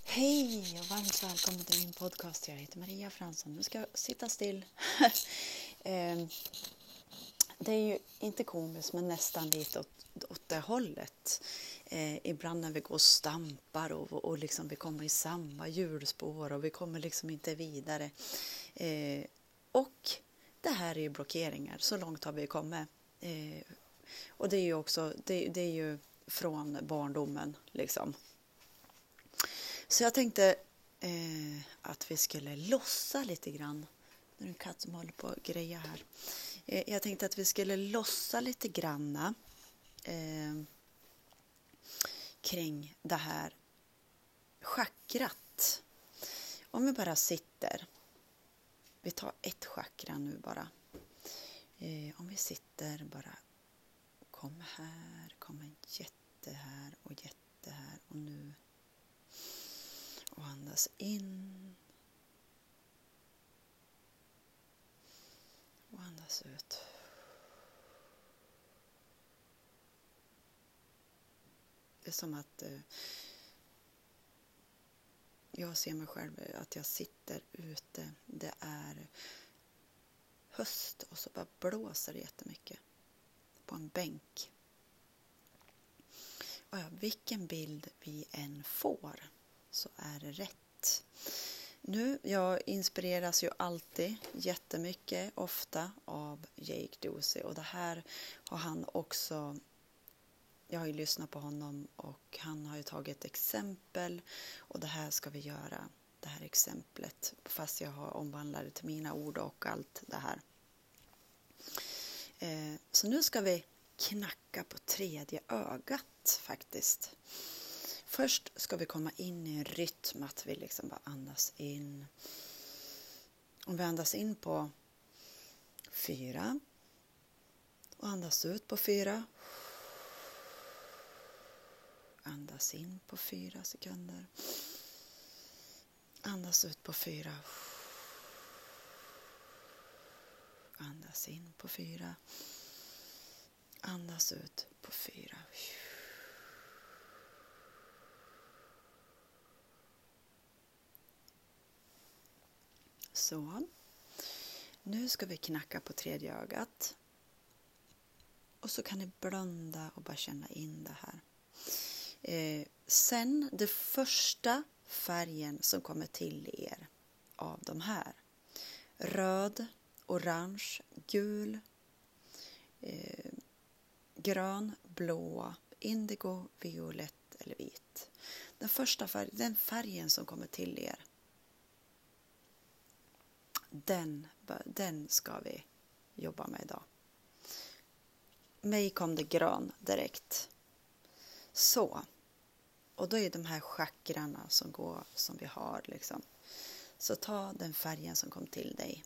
Hej och varmt välkommen till min podcast. Jag heter Maria Fransson. Nu ska jag sitta still. Det är ju inte komiskt men nästan lite åt det hållet. Ibland när vi går och stampar och liksom vi kommer i samma hjulspår och vi kommer liksom inte vidare. Och det här är ju blockeringar. Så långt har vi kommit. Och det är ju också det är ju från barndomen liksom. Så jag tänkte att vi skulle lossa lite grann. Nu är det en katt som håller på att greja här. Jag tänkte att vi skulle lossa lite granna kring det här chakrat. Om vi bara sitter. Vi tar ett chakra nu bara. Om vi sitter bara. Kom här, kom en jätte här och jätte här och nu. Och andas in. Och andas ut. Det är som att jag ser mig själv att jag sitter ute. Det är höst och så bara blåser det jättemycket. På en bänk. Och ja, vilken bild vi än får så är det rätt. Nu, jag inspireras ju alltid jättemycket, ofta av Jake Dorsey. Och det här har han också, jag har ju lyssnat på honom och han har ju tagit ett exempel. Och det här ska vi göra, det här exemplet, fast jag har omvandlat det till mina ord och allt det här. Så nu ska vi knacka på tredje ögat faktiskt. Först ska vi komma in i en rytm att vi liksom bara andas in. Om vi andas in på 4 och andas ut på 4. Andas in på 4 sekunder. Andas ut på 4. Andas in på 4. Andas ut på 4. Så. Nu ska vi knacka på tredje ögat. Och så kan ni blunda och bara känna in det här. Sen det första färgen som kommer till er av de här. Röd, orange, gul, grön, blå, indigo, violett eller vit. Den första färgen, den färgen som kommer till er. Den ska vi jobba med idag. Mig kom det grön direkt. Så. Och då är de här chakrarna som vi har liksom. Så ta den färgen som kom till dig.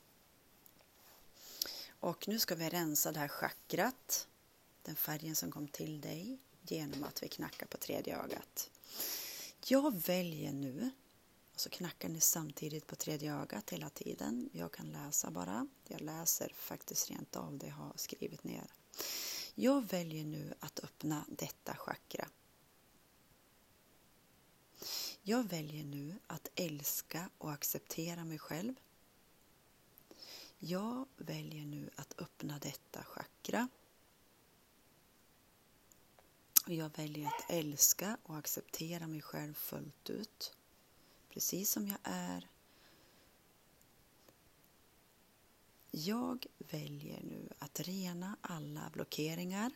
Och nu ska vi rensa det här chakrat. Den färgen som kom till dig. Genom att vi knackar på tredje ögat. Jag väljer nu. Och så knackar ni samtidigt på tredje ögat hela tiden. Jag kan läsa bara. Jag läser faktiskt rent av det jag har skrivit ner. Jag väljer nu att öppna detta chakra. Jag väljer nu att älska och acceptera mig själv. Jag väljer nu att öppna detta chakra. Och jag väljer att älska och acceptera mig själv fullt ut. Precis som jag är. Jag väljer nu att rena alla blockeringar.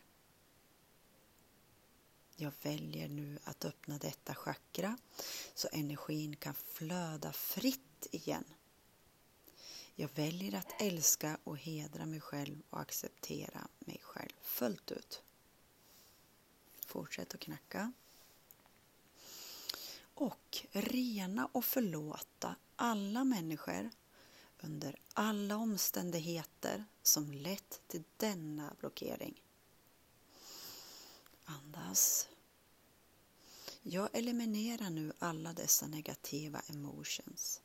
Jag väljer nu att öppna detta chakra så energin kan flöda fritt igen. Jag väljer att älska och hedra mig själv och acceptera mig själv fullt ut. Fortsätt att knacka. Och rena och förlåta alla människor under alla omständigheter som lett till denna blockering. Andas. Jag eliminerar nu alla dessa negativa emotions.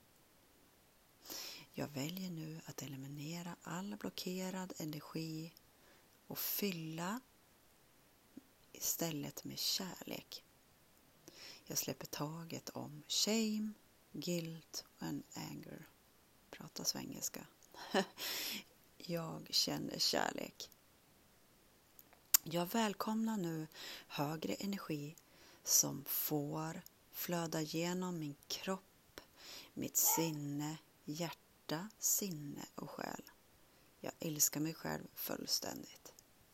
Jag väljer nu att eliminera all blockerad energi och fylla istället med kärlek. Jag släpper taget om shame, guilt and anger. Prata svengelska. Jag känner kärlek. Jag välkomnar nu högre energi som får flöda genom min kropp, mitt sinne, hjärta, sinne och själ. Jag älskar mig själv fullständigt.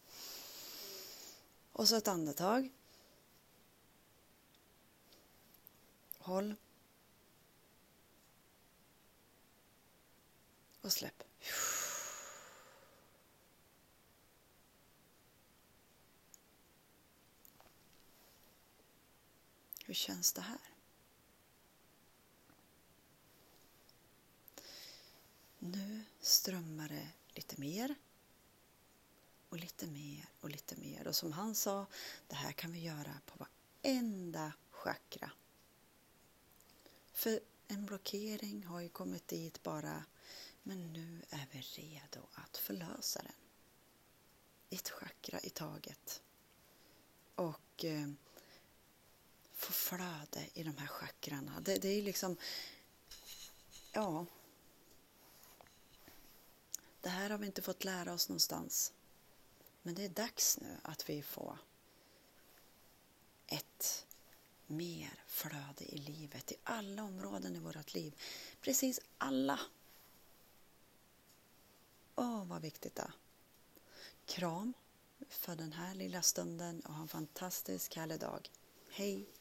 Och så ett andetag. Håll. Och släpp. Hur känns det här? Nu strömmar det lite mer. Och lite mer och lite mer. Och som han sa, det här kan vi göra på varenda chakra. För en blockering har ju kommit dit bara, men nu är vi redo att förlösa den. Ett chakra i taget. Och få flöde i de här chakrarna. Det är liksom, ja. Det här har vi inte fått lära oss någonstans. Men det är dags nu att vi får ett mer flöde i livet, i alla områden i vårt liv. Precis alla. Vad viktigt det är. Kram för den här lilla stunden och ha en fantastisk härlig dag. Hej!